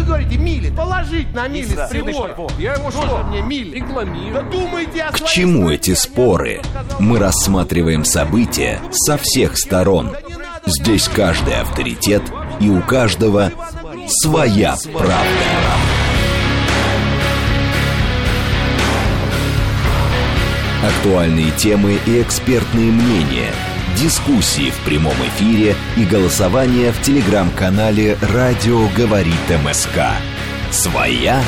говорите, мили, положить на мили с прибора. Я ему что мне мили? Рекламирую. Да думайте о К своей чему стране, эти споры? Мы рассматриваем события со всех сторон. Здесь каждый авторитет, и у каждого своя правда. Актуальные темы и экспертные мнения, дискуссии в прямом эфире и голосование в телеграм-канале «Радио говорит МСК». «Своя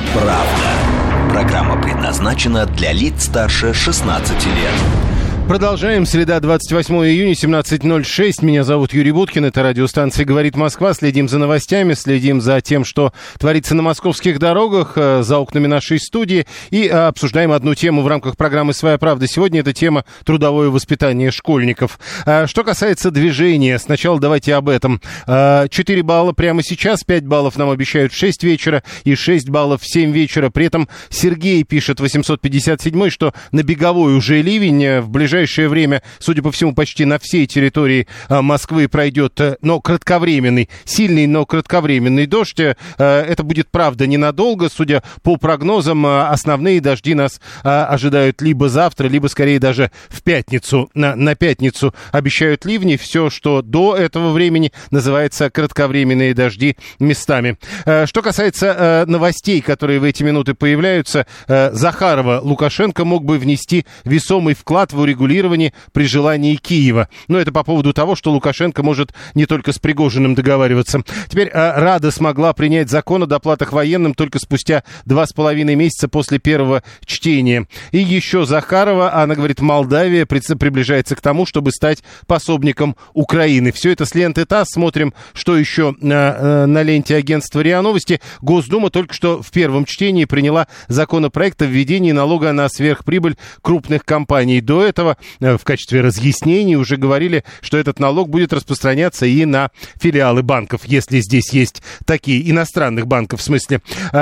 правда». Программа предназначена для лиц старше 16 лет. Продолжаем. Среда, 28 июня, 17:06. Меня зовут Юрий Буткин. Это радиостанция «Говорит Москва». Следим за новостями, следим за тем, что творится на московских дорогах, за окнами нашей студии. И обсуждаем одну тему в рамках программы «Своя правда». Сегодня это тема трудовое воспитание школьников. Что касается движения, сначала давайте об этом. 4 балла прямо сейчас, 5 баллов нам обещают в 6 вечера и 6 баллов в 7 вечера. При этом Сергей пишет, 857-й, что на Беговой уже ливень. В ближайшее время, судя по всему, почти на всей территории Москвы пройдет, но кратковременный, сильный, но кратковременный дождь. Это будет, правда, ненадолго. Судя по прогнозам, основные дожди нас ожидают либо завтра, либо, скорее, даже в пятницу. На пятницу обещают ливни. Все, что до этого времени, называется кратковременные дожди местами. Что касается новостей, которые в эти минуты появляются, Захарова Лукашенко мог бы внести весомый вклад в урегулирование при желании Киева. Но это по поводу того, что Лукашенко может не только с Пригожиным договариваться. Теперь Рада смогла принять закон о доплатах военным только спустя 2,5 месяца после первого чтения. И еще Захарова, она говорит, Молдавия приближается к тому, чтобы стать пособником Украины. Все это с ленты ТАСС. Смотрим, что еще на ленте агентства РИА Новости. Госдума только что в первом чтении приняла законопроект о введении налога на сверхприбыль крупных компаний. До этого в качестве разъяснений уже говорили, что этот налог будет распространяться и на филиалы банков, если здесь есть такие, иностранных банков в смысле.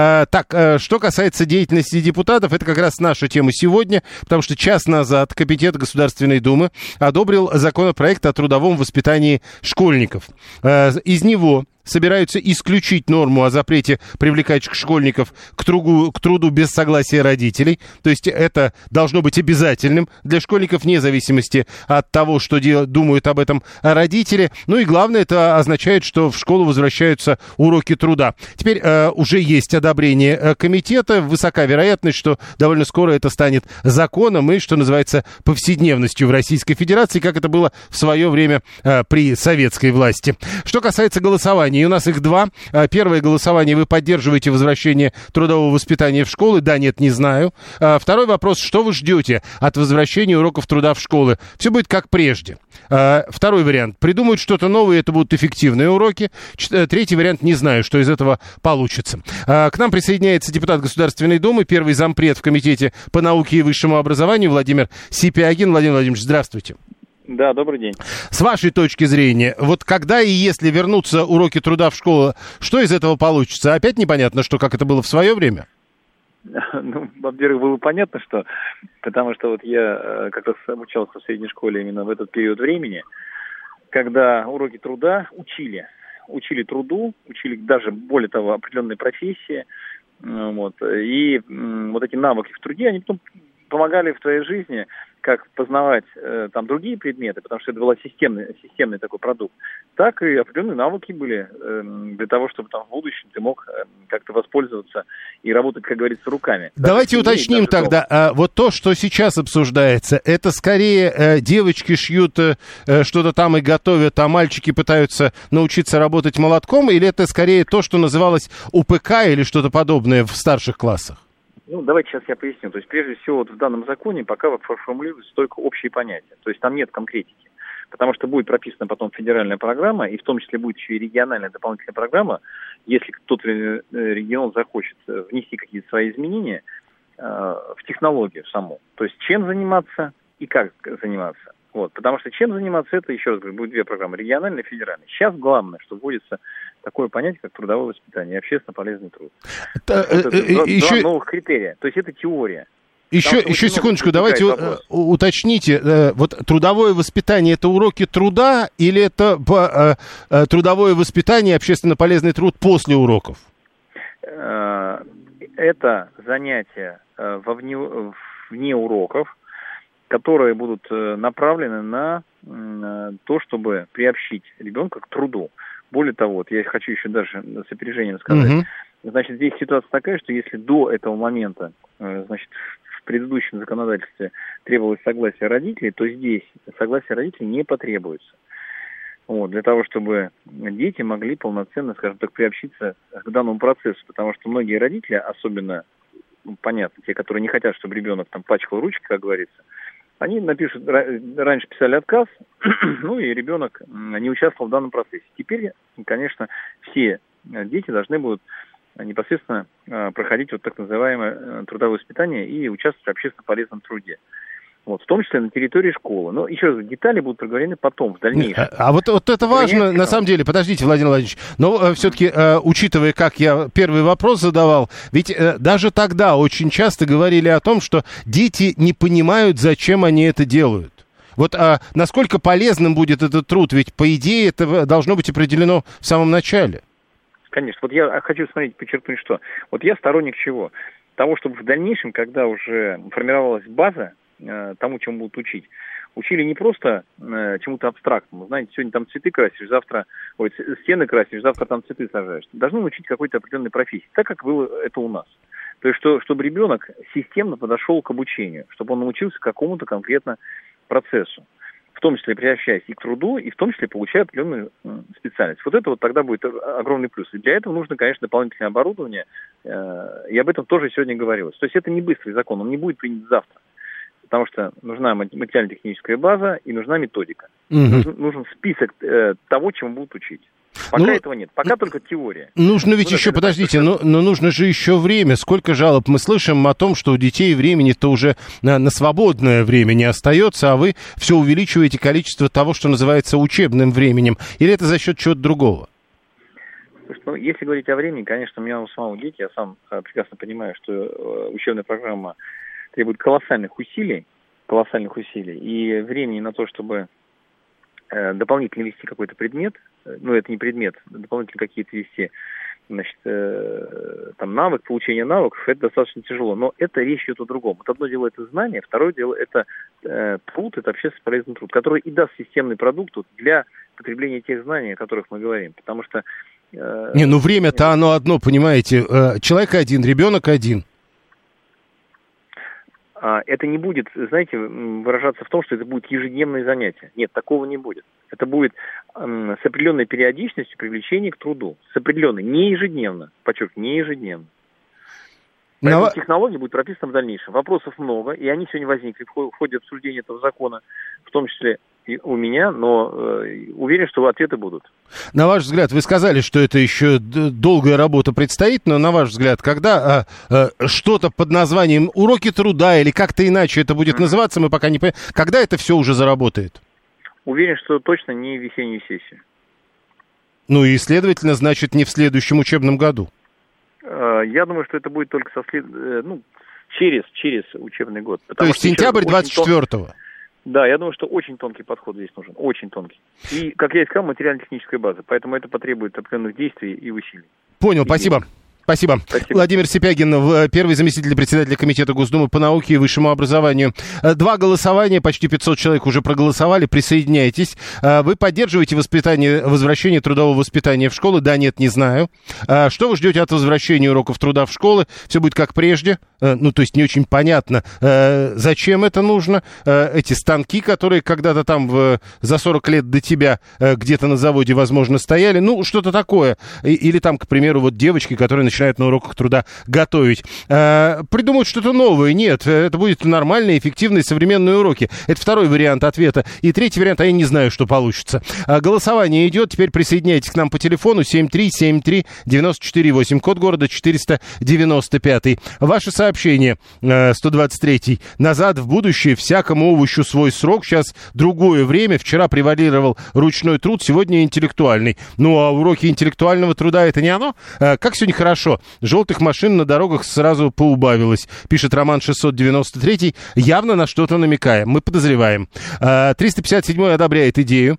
Что касается деятельности депутатов, это как раз наша тема сегодня, потому что час назад Комитет Государственной Думы одобрил законопроект о трудовом воспитании школьников. Из него собираются исключить норму о запрете привлекать школьников к труду без согласия родителей. То есть это должно быть обязательным для школьников, вне зависимости от того, что думают об этом родители. Ну и главное, это означает, что в школу возвращаются уроки труда. Теперь уже есть одобрение комитета. Высока вероятность, что довольно скоро это станет законом и, что называется, повседневностью в Российской Федерации, как это было в свое время при советской власти. Что касается голосования, и у нас их два. Первое голосование: вы поддерживаете возвращение трудового воспитания в школы? Да, нет, не знаю. Второй вопрос: что вы ждете от возвращения уроков труда в школы? Все будет как прежде. Второй вариант: придумают что-то новое, это будут эффективные уроки. Третий вариант: не знаю, что из этого получится. К нам присоединяется депутат Государственной Думы, первый зампред в Комитете по науке и высшему образованию Владимир Сипягин. Владимир Владимирович, здравствуйте. Да, добрый день. С вашей точки зрения, вот когда и если вернутся уроки труда в школу, что из этого получится? Опять непонятно, что, как это было в свое время? Ну, во-первых, было понятно, что, потому что вот я как раз обучался в средней школе именно в этот период времени, когда уроки труда учили труду, учили даже, более того, определенные профессии, вот, и вот эти навыки в труде, они потом помогали в твоей жизни как познавать там другие предметы, потому что это был системный такой продукт, так и определенные навыки были для того, чтобы там в будущем ты мог как-то воспользоваться и работать, как говорится, руками. Давайте уточним тогда, вот то, что сейчас обсуждается, это скорее девочки шьют что-то там и готовят, а мальчики пытаются научиться работать молотком, или это скорее то, что называлось УПК или что-то подобное в старших классах? Ну, давайте сейчас я поясню. То есть, прежде всего, вот в данном законе пока формулируются только общие понятия. То есть, там нет конкретики. Потому что будет прописана потом федеральная программа, и в том числе будет еще и региональная дополнительная программа, если кто-то регион захочет внести какие-то свои изменения в технологию саму. То есть, чем заниматься и как заниматься. Вот, потому что чем заниматься, это, еще раз говорю, будет две программы, региональная и федеральная. Сейчас главное, что вводится такое понятие, как трудовое воспитание и общественно полезный труд. Это два новых критерия. То есть это теория. Еще секундочку, давайте уточните. Вот трудовое воспитание — это уроки труда или это трудовое воспитание, общественно полезный труд после уроков? Это занятия вне уроков, которые будут направлены на то, чтобы приобщить ребенка к труду. Более того, вот я хочу еще даже с опережением сказать. Значит, здесь ситуация такая, что если до этого момента, значит, в предыдущем законодательстве требовалось согласие родителей, то здесь согласие родителей не потребуется. Вот, для того, чтобы дети могли полноценно, скажем так, приобщиться к данному процессу. Потому что многие родители, особенно, понятно, те, которые не хотят, чтобы ребенок там пачкал ручки, как говорится, они напишут, раньше писали отказ, ну и ребенок не участвовал в данном процессе. Теперь, конечно, все дети должны будут непосредственно проходить вот так называемое трудовое воспитание и участвовать в общественно полезном труде. Вот, в том числе на территории школы. Но, еще раз, детали будут проговорены потом, в дальнейшем. А вот это важно, на самом деле. Подождите, Владимир Владимирович. Но все-таки, учитывая, как я первый вопрос задавал, ведь даже тогда очень часто говорили о том, что дети не понимают, зачем они это делают. Вот насколько полезным будет этот труд? Ведь, по идее, это должно быть определено в самом начале. Конечно. Вот я хочу, смотрите, подчеркнуть, что вот я сторонник чего? Того, чтобы в дальнейшем, когда уже формировалась база, тому, чему будут учить. Учили не просто чему-то абстрактному. Знаете, сегодня там цветы красишь, завтра стены красишь, завтра там цветы сажаешь. Должны учить какой-то определенной профессии, так как было это у нас. То есть, чтобы ребенок системно подошел к обучению, чтобы он научился какому-то конкретно процессу, в том числе приобщаясь и к труду, и в том числе получая определенную специальность. Вот это вот тогда будет огромный плюс. И для этого нужно, конечно, дополнительное оборудование, и об этом тоже сегодня говорилось. То есть это не быстрый закон, он не будет принят завтра. Потому что нужна материально-техническая база и нужна методика. Нужен список того, чему будут учить. Пока этого нет. Пока только теория. Нужно ведь еще, подождите, но нужно же еще время. Сколько жалоб мы слышим о том, что у детей времени-то уже на свободное время не остается, а вы все увеличиваете количество того, что называется учебным временем. Или это за счет чего-то другого? Ну, если говорить о времени, конечно, у меня у самого дети, я сам прекрасно понимаю, что учебная программа требует колоссальных усилий, и времени на то, чтобы дополнительно вести какой-то предмет, ну, это не предмет, дополнительно какие-то вести, значит, там, навык, получение навыков, это достаточно тяжело. Но это речь идет о другом. Вот одно дело это знание, второе дело это труд, это общественно полезный труд, который и даст системный продукт для потребления тех знаний, о которых мы говорим. Потому что... ну время-то оно одно, понимаете, человек один, ребенок один. Это не будет, знаете, выражаться в том, что это будет ежедневное занятие. Нет, такого не будет. Это будет с определенной периодичностью привлечения к труду. С определенной, не ежедневно, подчеркиваю, не ежедневно. Поэтому технология будет прописана в дальнейшем. Вопросов много, и они сегодня возникли в ходе обсуждения этого закона, в том числе и у меня, но уверен, что ответы будут. На ваш взгляд, вы сказали, что это еще долгая работа предстоит, но на ваш взгляд, когда что-то под названием уроки труда или как-то иначе это будет называться, мы пока не понимаем, когда это все уже заработает? Уверен, что точно не в весеннюю сессию. Ну и, следовательно, значит, не в следующем учебном году. Я думаю, что это будет только через учебный год. То есть сентябрь 24-го? Да, я думаю, что очень тонкий подход здесь нужен, очень тонкий. И, как я и сказал, материально-техническая база, поэтому это потребует определенных действий и усилий. Понял, спасибо. Спасибо. Владимир Сипягин, первый заместитель председателя Комитета Госдумы по науке и высшему образованию. 2 голосования, почти 500 человек уже проголосовали, присоединяйтесь. Вы поддерживаете возвращение трудового воспитания в школы? Да, нет, не знаю. Что вы ждете от возвращения уроков труда в школы? Все будет как прежде? Ну, то есть не очень понятно, зачем это нужно. Эти станки, которые когда-то там за 40 лет до тебя где-то на заводе, возможно, стояли. Ну, что-то такое. Или там, к примеру, вот девочки, которые начинают на уроках труда готовить. Придумают что-то новое. Нет, это будет нормальные, эффективные, современные уроки. Это второй вариант ответа. И третий вариант, я не знаю, что получится. Голосование идет. Теперь присоединяйтесь к нам по телефону 7373948, код города 495. Ваши сообщения 123. Назад в будущее всякому овощу свой срок. Сейчас другое время. Вчера превалировал ручной труд, сегодня интеллектуальный. Ну, а уроки интеллектуального труда это не оно? Как сегодня хорошо хорошо. Желтых машин на дорогах сразу поубавилось, пишет Роман 693, явно на что-то намекая. Мы подозреваем. 357 одобряет идею.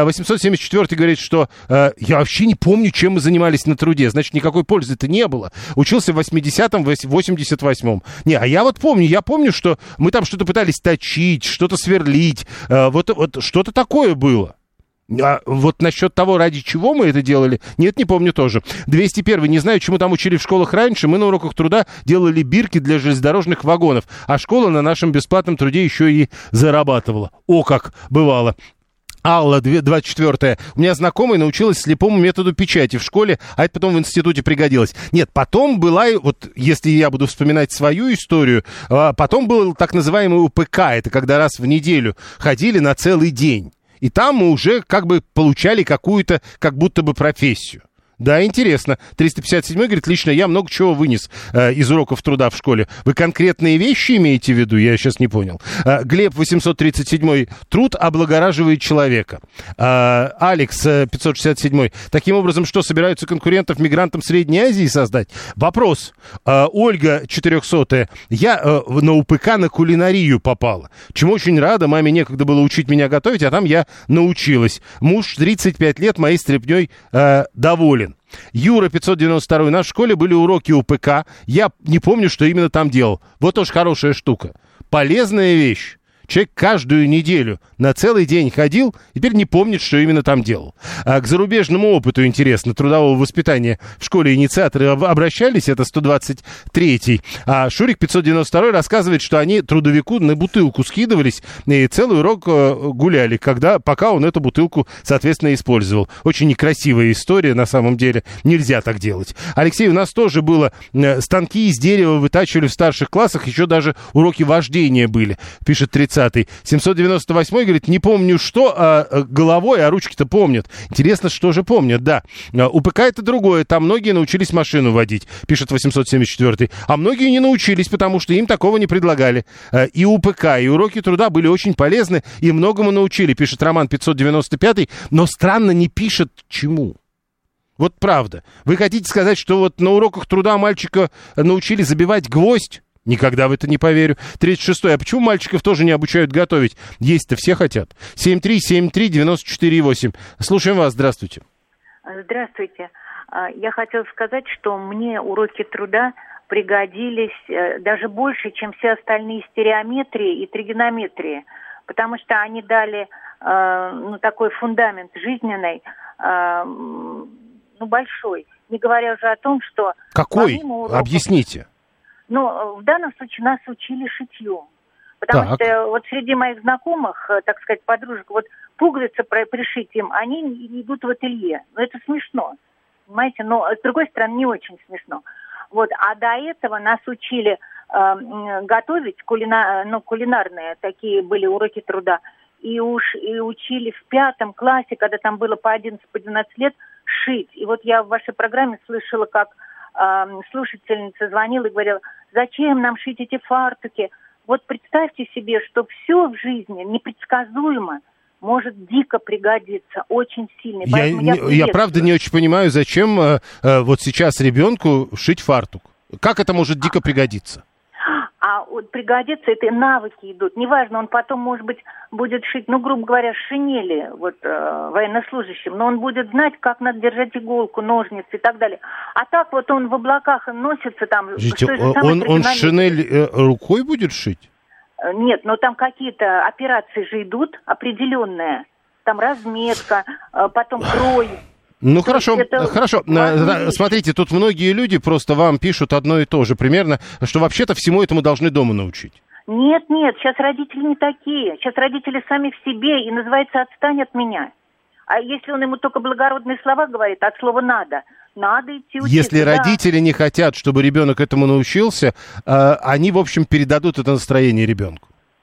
874 говорит, что я вообще не помню, чем мы занимались на труде. Значит, никакой пользы-то не было. Учился в 80-м, 88-м. Не, а я вот помню, что мы там что-то пытались точить, что-то сверлить. Вот что-то такое было. А вот насчет того, ради чего мы это делали, нет, не помню тоже. 201. Не знаю, чему там учили в школах раньше. Мы на уроках труда делали бирки для железнодорожных вагонов, а школа на нашем бесплатном труде еще и зарабатывала. О, как бывало. Алла, 24-я. У меня знакомая научилась слепому методу печати в школе, а это потом в институте пригодилось. Нет, потом была, вот если я буду вспоминать свою историю, потом был так называемый УПК, это когда раз в неделю ходили на целый день. И там мы уже как бы получали какую-то, как будто бы профессию. Да, интересно. 357 говорит, лично я много чего вынес из уроков труда в школе. Вы конкретные вещи имеете в виду? Я сейчас не понял. Глеб, 837 труд облагораживает человека. Алекс, 567 таким образом, что, собираются конкурентов мигрантам Средней Азии создать? Вопрос. Ольга, 400 я на УПК на кулинарию попала. Чему очень рада. Маме некогда было учить меня готовить, а там я научилась. Муж 35 лет моей стряпней доволен. Юра, 592 в нашей школе были уроки УПК. Я не помню, что именно там делал. Вот тоже хорошая штука. Полезная вещь. Человек каждую неделю на целый день ходил, и теперь не помнит, что именно там делал. А к зарубежному опыту, интересно, трудового воспитания в школе инициаторы обращались, это 123-й. А Шурик, 592 рассказывает, что они трудовику на бутылку скидывались и целый урок гуляли, пока он эту бутылку, соответственно, использовал. Очень некрасивая история, на самом деле. Нельзя так делать. Алексей, у нас тоже было станки из дерева вытачивали в старших классах, еще даже уроки вождения были, пишет 30-й. 798 говорит, не помню что, головой, а ручки-то помнят. Интересно, что же помнят, да. УПК это другое, там многие научились машину водить, пишет 874. А многие не научились, потому что им такого не предлагали. И УПК, и уроки труда были очень полезны, и многому научили, пишет Роман 595, но странно не пишет чему. Вот правда. Вы хотите сказать, что вот на уроках труда мальчика научили забивать гвоздь? Никогда в это не поверю. 36-й. А почему мальчиков тоже не обучают готовить? Есть-то все хотят. 7373948. Слушаем вас. Здравствуйте. Здравствуйте. Я хотела сказать, что мне уроки труда пригодились даже больше, чем все остальные стереометрии и тригонометрии, потому что они дали такой фундамент жизненный, большой. Не говоря уже о том, что... Какой? Объясните. В данном случае нас учили шитью. Потому что вот среди моих знакомых, так сказать, подружек, вот пуговицы пришить им, они идут в ателье. Это смешно, понимаете? Но, с другой стороны, не очень смешно. Вот. А до этого нас учили готовить, кулинарные такие были уроки труда. И учили в 5 классе, когда там было по 11-12 лет, шить. И вот я в вашей программе слышала, как слушательница звонила и говорила, зачем нам шить эти фартуки? Вот представьте себе, что все в жизни непредсказуемо может дико пригодиться, очень сильно. Я правда не очень понимаю, зачем вот сейчас ребенку шить фартук. Как это может дико пригодиться? А вот пригодится, это навыки идут. Неважно, он потом, может быть, будет шить, грубо говоря, шинели военнослужащим, но он будет знать, как надо держать иголку, ножницы и так далее. А так вот он в облаках носится там... Подождите, он шинель рукой будет шить? Нет, но там какие-то операции же идут определенные. Там разметка, потом крой... Хорошо. Смотрите, тут многие люди просто вам пишут одно и то же примерно, что вообще-то всему этому должны дома научить. Нет, сейчас родители не такие. Сейчас родители сами в себе, и называется «отстань от меня». А если он ему только благородные слова говорит, от слова «надо», надо идти учиться. Если родители не хотят, чтобы ребенок этому научился, они, в общем, передадут это настроение ребенку.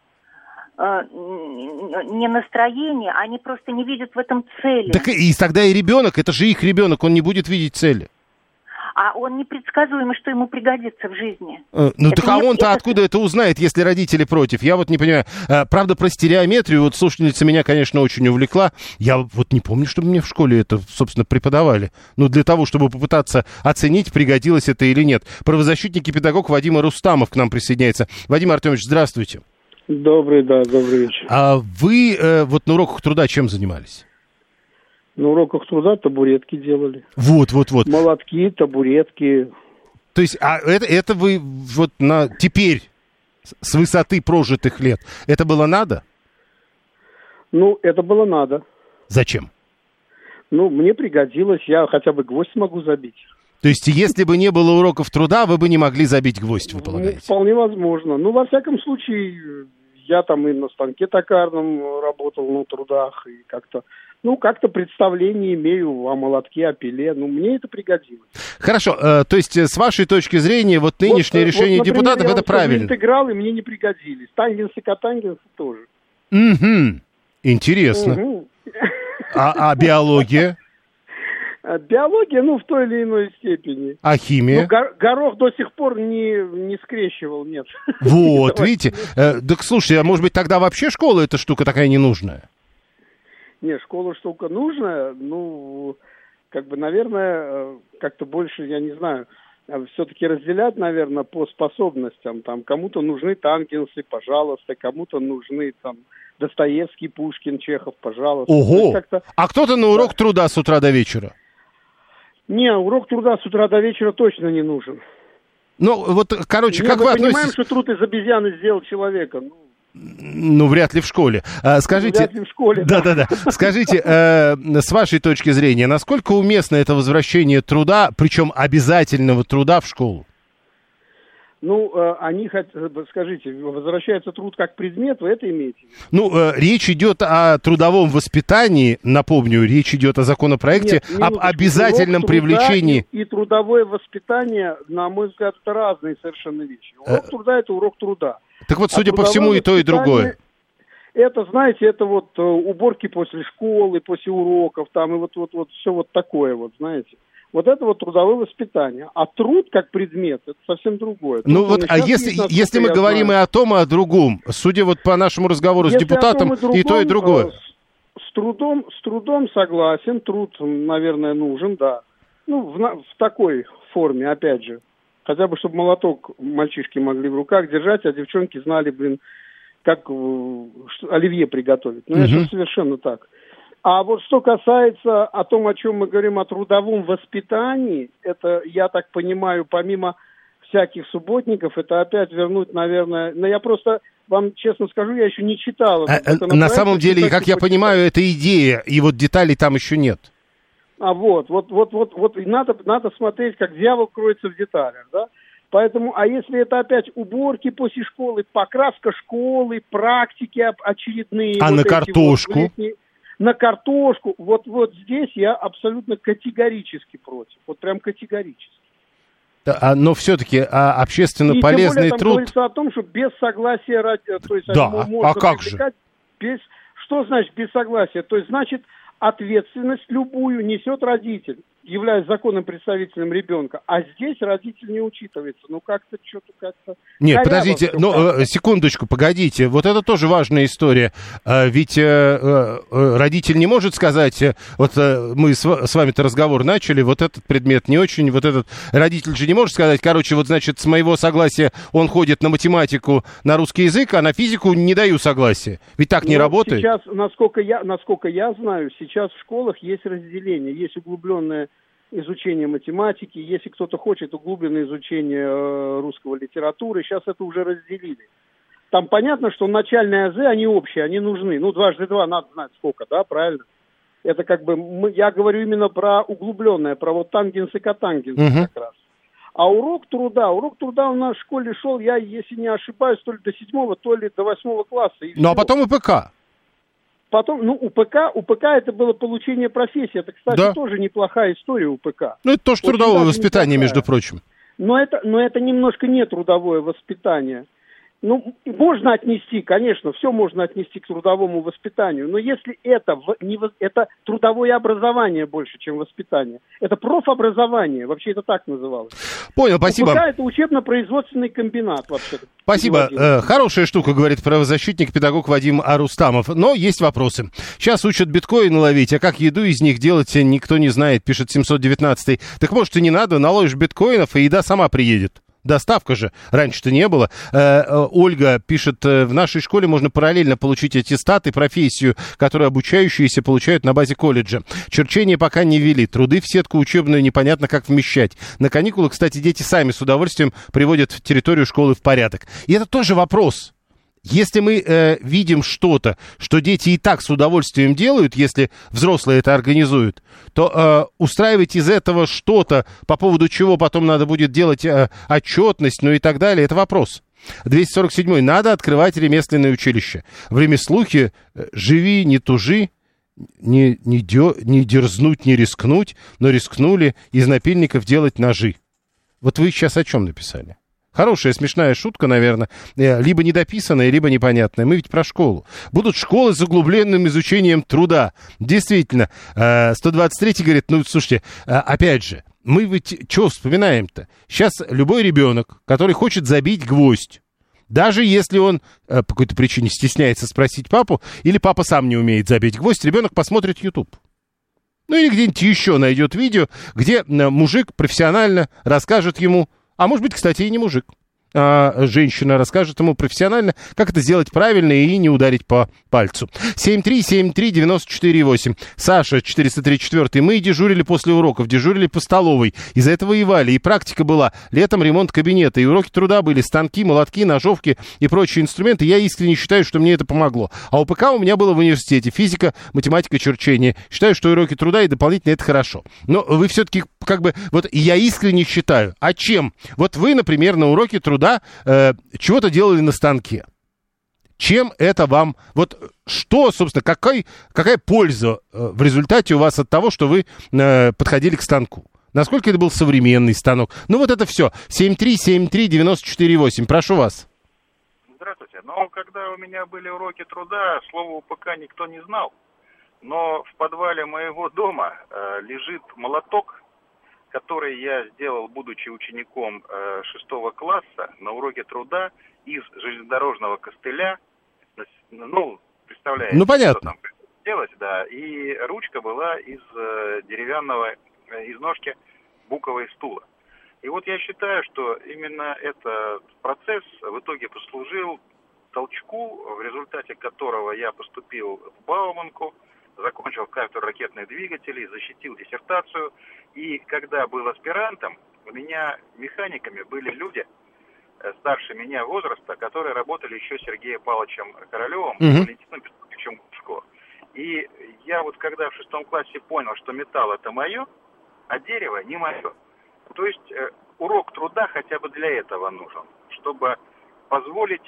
Не настроение, они просто не видят в этом цели. Так и тогда и ребенок, это же их ребенок, он не будет видеть цели. а он непредсказуемый, что ему пригодится в жизни. Так а он-то откуда это узнает, если родители против? Я вот не понимаю. Правда, про стереометрию, вот слушательница меня, конечно, очень увлекла. Я вот не помню, чтобы мне в школе это, собственно, преподавали. Ну, для того, чтобы попытаться оценить, пригодилось это или нет. Правозащитник и педагог Вадим Рустамов к нам присоединяется. Вадим Артемович, здравствуйте. Добрый вечер. А вы вот на уроках труда чем занимались? На уроках труда табуретки делали. Вот. Молотки, табуретки. То есть, это вы вот теперь, с высоты прожитых лет, это было надо? Ну, это было надо. Зачем? Ну, мне пригодилось, я хотя бы гвоздь могу забить. То есть, если бы не было уроков труда, вы бы не могли забить гвоздь, вы полагаете? Вполне возможно. Ну, во всяком случае, я там и на станке токарном работал, на трудах, и как-то представление имею о молотке, о пиле. Ну, мне это пригодилось. Хорошо, то есть, с вашей точки зрения, вот нынешнее решение например, депутатов, это правильно? Я интеграл, и мне не пригодились. Тангенсы, котангенсы тоже. Угу. Интересно. Угу. А биология? Биология, в той или иной степени. А химия? Горох до сих пор не скрещивал, нет. Вот, видите? Так слушай, а может быть тогда вообще школа эта штука такая ненужная? Не, школа штука нужная, наверное, как-то больше, я не знаю, все-таки разделять, наверное, по способностям. Там кому-то нужны тангенсы, пожалуйста, кому-то нужны там Достоевский, Пушкин, Чехов, пожалуйста. Ого! А кто-то на урок труда с утра до вечера? Не, урок труда с утра до вечера точно не нужен. Как вы относитесь? Мы понимаем, что труд из обезьяны сделал человека. Вряд ли в школе. Скажите... Вряд ли в школе. Да. Скажите, с вашей точки зрения, насколько уместно это возвращение труда, причем обязательного труда в школу? Скажите, возвращается труд как предмет, вы это имеете в виду? Речь идет о трудовом воспитании, напомню, речь идет о законопроекте об обязательном привлечении. И трудовое воспитание, на мой взгляд, это разные совершенно вещи. Урок труда – это урок труда. Так вот, судя по всему, и то, и другое. Это, знаете, это уборки после школы, после уроков, там, и вот все вот такое, знаете. Вот это трудовое воспитание. А труд как предмет, это совсем другое. Если мы говорим и о том, и о другом, судя по нашему разговору с депутатом, и то, и другое. С трудом согласен, труд, наверное, нужен, да. В такой форме, опять же. Хотя бы, чтобы молоток мальчишки могли в руках держать, а девчонки знали, как оливье приготовить. Это совершенно так. А вот что касается о том, о чем мы говорим, о трудовом воспитании, это, я так понимаю, помимо всяких субботников, это опять вернуть, наверное... я просто вам честно скажу, я еще не читал. На самом деле, как я понимаю, это идея, и деталей там еще нет. Надо смотреть, как дьявол кроется в деталях, да? Поэтому, а если это опять уборки после школы, покраска школы, практики очередные... А на картошку? На картошку, здесь я абсолютно категорически против. Прям категорически. Но все-таки общественно полезный тем более, там труд... говорится о том, что без согласия... То есть, а как же? Что значит без согласия? То есть, значит, ответственность любую несет родитель, являясь законным представителем ребенка. А здесь родитель не учитывается. Как-то что-то как-то... Нет, подождите, секундочку, погодите. Вот это тоже важная история. Ведь родитель не может сказать, мы с вами-то разговор начали, этот предмет не очень, этот... Родитель же не может сказать, значит, с моего согласия он ходит на математику, на русский язык, а на физику не даю согласия. Ведь так не работает. Сейчас, насколько я знаю, сейчас в школах есть разделение, есть углубленное изучение математики, если кто-то хочет углубленное изучение русского литературы, сейчас это уже разделили. Там понятно, что начальные азы, они общие, они нужны. 2 × 2 надо знать сколько, да, правильно? Это я говорю именно про углубленное, про тангенсы, котангенсы как раз. А урок труда у нас в школе шел, я, если не ошибаюсь, то ли до 7-го, то ли до 8 класса. А потом УПК. Потом, УПК это было получение профессии. Это, кстати, тоже неплохая история УПК. Это тоже трудовое воспитание, между прочим. Но это немножко не трудовое воспитание. Ну, можно отнести, конечно, все можно отнести к трудовому воспитанию, но если это это трудовое образование больше, чем воспитание, это профобразование, вообще это так называлось. Понял, спасибо. УПК — это учебно-производственный комбинат вообще-то. Спасибо. Хорошая штука, говорит правозащитник, педагог Вадим Арустамов. Но есть вопросы. Сейчас учат биткоины ловить, а как еду из них делать, никто не знает, пишет 719-й. Так может и не надо, наловишь биткоинов, и еда сама приедет. Доставка же. Раньше-то не было. Ольга пишет, в нашей школе можно параллельно получить аттестат и профессию, которую обучающиеся получают на базе колледжа. Черчение пока не ввели. Труды в сетку учебную непонятно как вмещать. На каникулы, кстати, дети сами с удовольствием приводят территорию школы в порядок. И это тоже вопрос. Если мы видим что-то, что дети и так с удовольствием делают, если взрослые это организуют, то устраивать из этого что-то, по поводу чего потом надо будет делать отчетность, ну и так далее, это вопрос. 247-й. Надо открывать ремесленное училище. В ремеслухе живи, не тужи, не дерзнуть, не рискнуть, но рискнули из напильников делать ножи. Вот вы сейчас о чем написали? Хорошая, смешная шутка, наверное, либо недописанная, либо непонятная. Мы ведь про школу. Будут школы с углубленным изучением труда. Действительно, 123-й говорит, ну, слушайте, опять же, мы ведь что вспоминаем-то? Сейчас любой ребенок, который хочет забить гвоздь, даже если он по какой-то причине стесняется спросить папу, или папа сам не умеет забить гвоздь, ребенок посмотрит YouTube. Ну, или где-нибудь еще найдет видео, где мужик профессионально расскажет ему, а может быть, кстати, и не мужик, а женщина расскажет ему профессионально, как это сделать правильно и не ударить по пальцу. 7373948. Саша, 434. Мы дежурили после уроков, дежурили по столовой. Из-за этого воевали, и практика была. Летом ремонт кабинета, и уроки труда были, станки, молотки, ножовки и прочие инструменты. Я искренне считаю, что мне это помогло. А УПК у меня было в университете. Физика, математика, черчение. Считаю, что уроки труда и дополнительно это хорошо. Но вы все-таки как бы... Вот я искренне считаю. А чем? Вот вы, например, на уроке труда чего-то делали на станке. Чем это вам... Вот что, собственно, какая польза в результате у вас от того, что вы подходили к станку? Насколько это был современный станок? Ну, вот это все. 7373948. Прошу вас. Здравствуйте. Ну, когда у меня были уроки труда, слово УПК никто не знал. Но в подвале моего дома лежит молоток, который я сделал, будучи учеником 6 класса на уроке труда из железнодорожного костыля. Ну, представляете, ну, понятно. Что там делать, да. И ручка была из деревянного, из ножки букового стула. И вот я считаю, что именно этот процесс в итоге послужил толчку, в результате которого я поступил в Бауманку, закончил кафедру ракетных двигателей, защитил диссертацию. И когда был аспирантом, у меня механиками были люди старше меня возраста, которые работали еще с Сергеем Павловичем Королевым, Валентином Петровичем Гушко. И я вот когда в 6 классе понял, что металл это мое, а дерево не мое. То есть урок труда хотя бы для этого нужен, чтобы позволить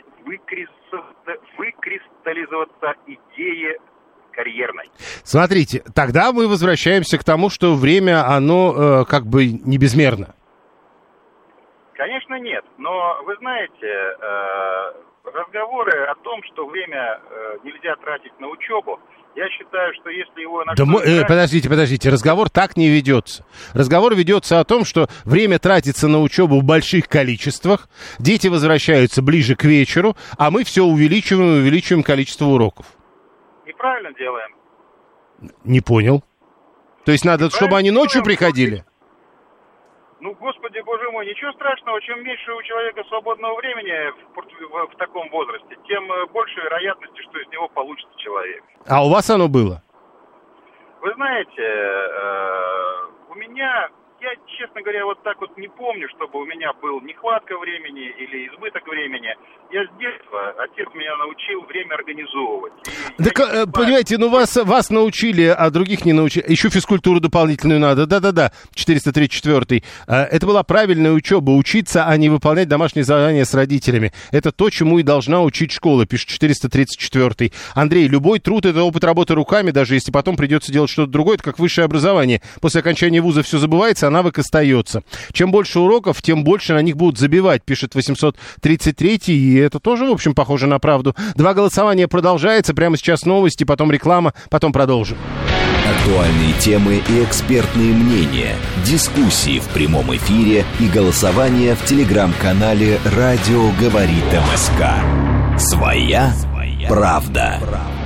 выкристаллизоваться идее карьерной. Смотрите, тогда мы возвращаемся к тому, что время, оно как бы не безмерно. Конечно, нет. Но, вы знаете, разговоры о том, что время нельзя тратить на учебу, я считаю, что если его... Подождите, разговор так не ведется. Разговор ведется о том, что время тратится на учебу в больших количествах, дети возвращаются ближе к вечеру, а мы все увеличиваем количество уроков. Неправильно делаем. Не понял. То есть надо, чтобы они ночью приходили? Ну, господи, боже мой, ничего страшного, чем меньше у человека свободного времени в таком возрасте, тем больше вероятности, что из него получится человек. А у вас оно было? Вы знаете, у меня, я, честно говоря, вот так вот не помню, чтобы у меня был нехватка времени или избыток времени. Я с детства, отец меня научил время организовывать. Так, понимаете, ну вас научили, а других не научили. Еще физкультуру дополнительную надо. Да-да-да, 434-й. Это была правильная учеба. Учиться, а не выполнять домашние задания с родителями. Это то, чему и должна учить школа, пишет 434-й. Андрей, любой труд — это опыт работы руками, даже если потом придется делать что-то другое, это как высшее образование. После окончания вуза все забывается, а навык остается. Чем больше уроков, тем больше на них будут забивать, пишет 833, и это тоже, в общем, похоже на правду. 2 голосования продолжается, прямо сейчас новости, потом реклама, потом продолжим. Актуальные темы и экспертные мнения, дискуссии в прямом эфире и голосование в телеграм-канале «Радио говорит МСК». Своя правда.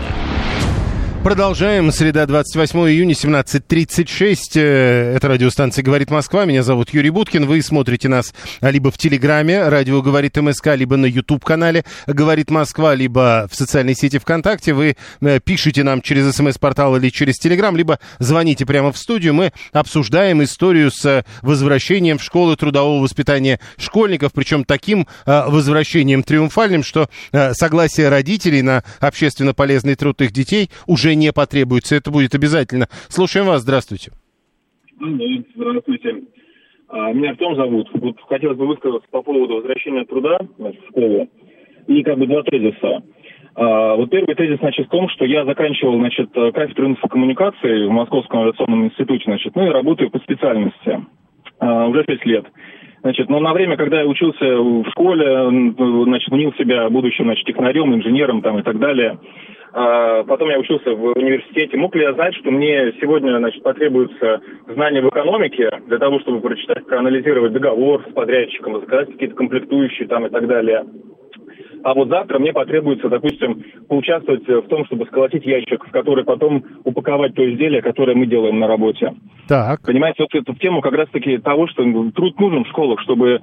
Продолжаем. Среда, 28 июня, 17:36. Это радиостанция «Говорит Москва». Меня зовут Юрий Буткин. Вы смотрите нас либо в Телеграме «Радио говорит МСК», либо на YouTube-канале «Говорит Москва», либо в социальной сети ВКонтакте. Вы пишите нам через СМС-портал или через Телеграм, либо звоните прямо в студию. Мы обсуждаем историю с возвращением в школы трудового воспитания школьников, причем таким возвращением триумфальным, что согласие родителей на общественно полезный труд их детей уже не потребуется. Это будет обязательно. Слушаем вас. Здравствуйте. Здравствуйте. Меня Артем зовут. Вот хотелось бы высказаться по поводу возвращения труда в школу. И как бы 2 тезиса. Вот первый тезис, в том, что я заканчивал, кафедру инфокоммуникации в Московском авиационном институте, ну и работаю по специальности уже 6 лет. Но на время, когда я учился в школе, мнил себя будущим, технарем, инженером и так далее. Потом я учился в университете. Мог ли я знать, что мне сегодня, потребуются знания в экономике для того, чтобы прочитать, проанализировать договор с подрядчиком, заказать какие-то комплектующие и так далее. А вот завтра мне потребуется, допустим, поучаствовать в том, чтобы сколотить ящик, в который потом упаковать то изделие, которое мы делаем на работе. Так. Понимаете, вот эту тему как раз-таки того, что труд нужен в школах, чтобы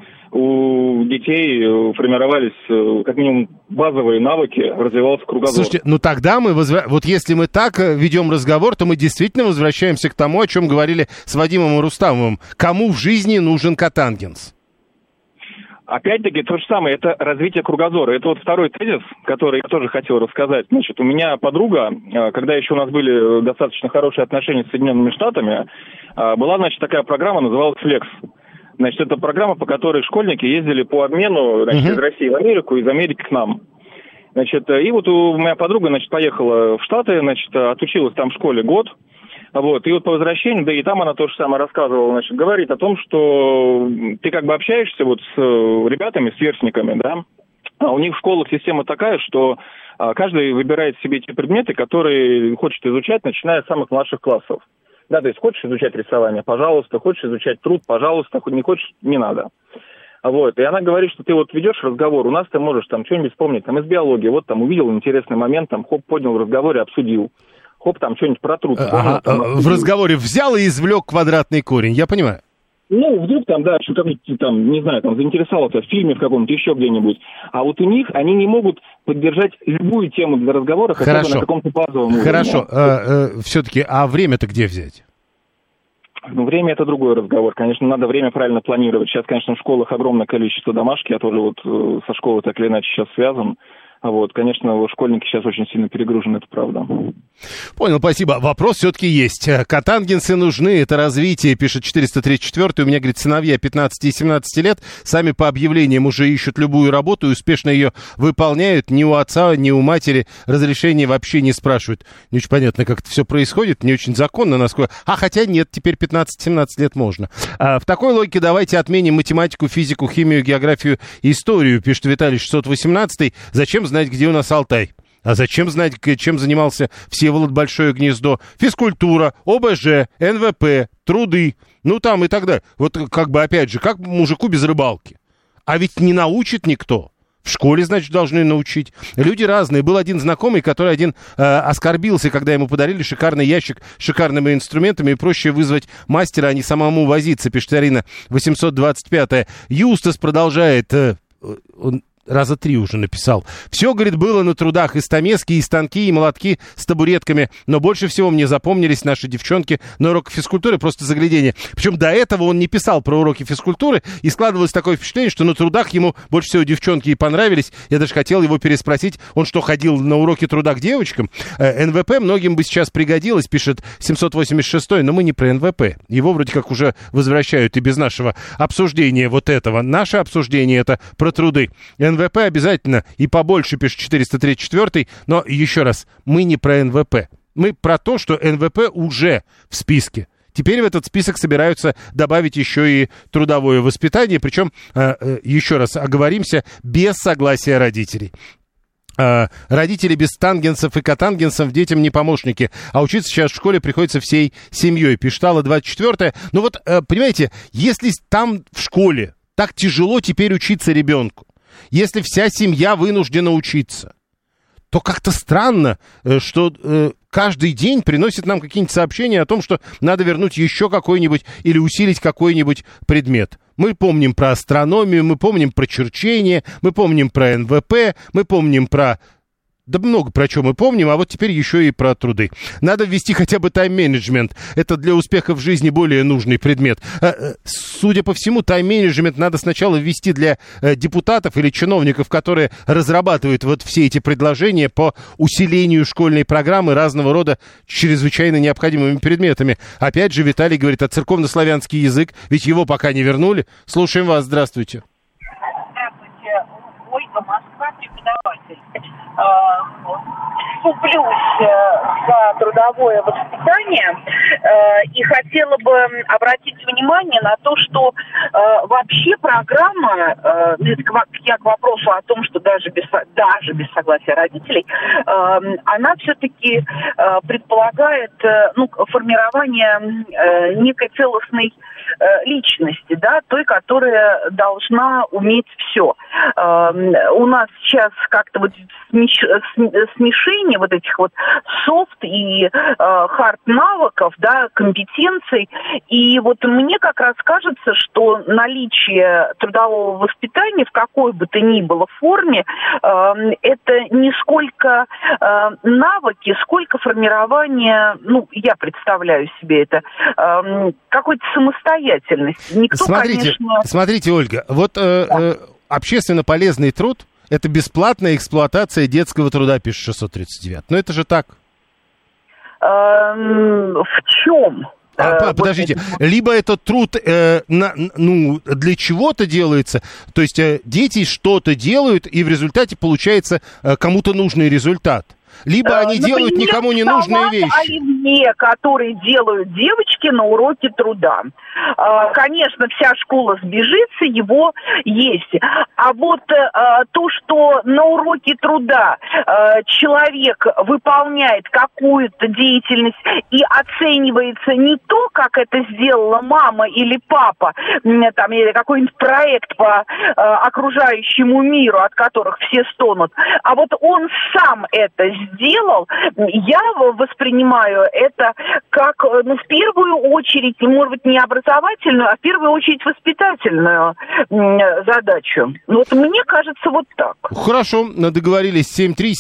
у детей формировались как минимум базовые навыки, развивался кругозор. Слушайте, тогда мы, вот если мы так ведем разговор, то мы действительно возвращаемся к тому, о чем говорили с Вадимом и Рустамовым. Кому в жизни нужен Катангенс? Опять-таки, то же самое, это развитие кругозора. Это вот второй тезис, который я тоже хотел рассказать. У меня подруга, когда еще у нас были достаточно хорошие отношения с Соединенными Штатами, была, такая программа, называлась «Флекс». Это программа, по которой школьники ездили по обмену, из России в Америку, из Америки к нам. И вот моя подруга, поехала в Штаты, отучилась там в школе год. И вот по возвращению, да и там она то же самое рассказывала, говорит о том, что ты общаешься с ребятами, сверстниками, да, а у них в школах система такая, что каждый выбирает себе те предметы, которые хочет изучать, начиная с самых младших классов. Да, то есть хочешь изучать рисование, пожалуйста, хочешь изучать труд, пожалуйста, не хочешь, не надо. И она говорит, что ты ведешь разговор, у нас ты можешь что-нибудь вспомнить, из биологии, увидел интересный момент, поднял в разговоре, обсудил. Что-нибудь про труд. В разговоре взял и извлек квадратный корень, я понимаю. Вдруг заинтересовался в фильме в каком-то, еще где-нибудь. А вот у них, они не могут поддержать любую тему для разговора, хотя бы на каком-то базовом уровне. Хорошо, все-таки, а время-то где взять? Время — это другой разговор. Конечно, надо время правильно планировать. Сейчас, конечно, в школах огромное количество домашки. Я тоже со школой так или иначе сейчас связан. Конечно, школьники сейчас очень сильно перегружены, это правда. Понял, спасибо. Вопрос все-таки есть. Катангенсы нужны, это развитие, пишет 434-й. У меня, говорит, сыновья 15 и 17 лет сами по объявлениям уже ищут любую работу и успешно ее выполняют. Ни у отца, ни у матери разрешения вообще не спрашивают. Не очень понятно, как это все происходит, не очень законно, насколько... хотя нет, теперь 15-17 лет можно. В такой логике давайте отменим математику, физику, химию, географию и историю, пишет Виталий 618-й. Зачем знать, где у нас Алтай? А зачем знать, чем занимался Всеволод Большое Гнездо? Физкультура, ОБЖ, НВП, труды, и так далее. Опять же, как мужику без рыбалки? А ведь не научит никто. В школе, должны научить. Люди разные. Был один знакомый, который оскорбился, когда ему подарили шикарный ящик с шикарными инструментами, и проще вызвать мастера, а не самому возиться, пишет Арина 825-я. Юстас продолжает... Он раза 3 уже написал. Все, говорит, было на трудах. И стамески, и станки, и молотки с табуретками. Но больше всего мне запомнились наши девчонки на уроках физкультуры. Просто заглядение. Причем до этого он не писал про уроки физкультуры. И складывалось такое впечатление, что на трудах ему больше всего девчонки и понравились. Я даже хотел его переспросить. Он что, ходил на уроки труда к девочкам? НВП многим бы сейчас пригодилось, пишет 786-й. Но мы не про НВП. Его вроде как уже возвращают и без нашего обсуждения этого. Наше обсуждение это про труды. НВП обязательно и побольше, пишет 434-й, но еще раз, мы не про НВП. Мы про то, что НВП уже в списке. Теперь в этот список собираются добавить еще и трудовое воспитание, причем, еще раз оговоримся, без согласия родителей. Родители без тангенсов и котангенсов детям не помощники, а учиться сейчас в школе приходится всей семьей. Пишет Алла 24-я. Ну вот, понимаете, если там в школе так тяжело теперь учиться ребенку, если вся семья вынуждена учиться, то как-то странно, что каждый день приносит нам какие-нибудь сообщения о том, что надо вернуть еще какой-нибудь или усилить какой-нибудь предмет. Мы помним про астрономию, мы помним про черчение, мы помним про НВП, мы помним про... Да много про что мы помним, а вот теперь еще и про труды. Надо ввести хотя бы тайм-менеджмент. Это для успеха в жизни более нужный предмет. Судя по всему, тайм-менеджмент надо сначала ввести для депутатов или чиновников, которые разрабатывают вот все эти предложения по усилению школьной программы разного рода чрезвычайно необходимыми предметами. Опять же, Виталий говорит, церковнославянский язык, ведь его пока не вернули. Слушаем вас, здравствуйте. Здравствуйте, Ольга, Москва, преподаватель. Вступлюсь за трудовое воспитание и хотела бы обратить внимание на то, что вообще программа, я к вопросу о том, что даже без согласия родителей, она все-таки предполагает формирование некой целостной личности, да, той, которая должна уметь все. У нас сейчас как-то вот смешение вот этих вот софт и хард навыков, да, компетенций. И вот мне как раз кажется, что наличие трудового воспитания в какой бы то ни было форме, это не сколько навыки, сколько формирование, я представляю себе это, какой-то самостоятельности. Никто, Смотрите, Ольга, вот общественно полезный труд — это бесплатная эксплуатация детского труда, пишет 639. Но это же так. В чем? Подождите, либо этот труд для чего-то делается, то есть дети что-то делают, и в результате получается кому-то нужный результат. Либо они делают никому не нужные вещи. Оливье, которые делают девочки на уроке труда. Конечно, вся школа сбежится, его есть. А вот то, что на уроке труда человек выполняет какую-то деятельность и оценивается не то, как это сделала мама или папа, там, или какой-нибудь проект по окружающему миру, от которых все стонут, а вот он сам это сделал, я воспринимаю это как, в первую очередь, может быть, не образовательную, а в первую очередь воспитательную задачу. Вот мне кажется, вот так. Хорошо, договорились.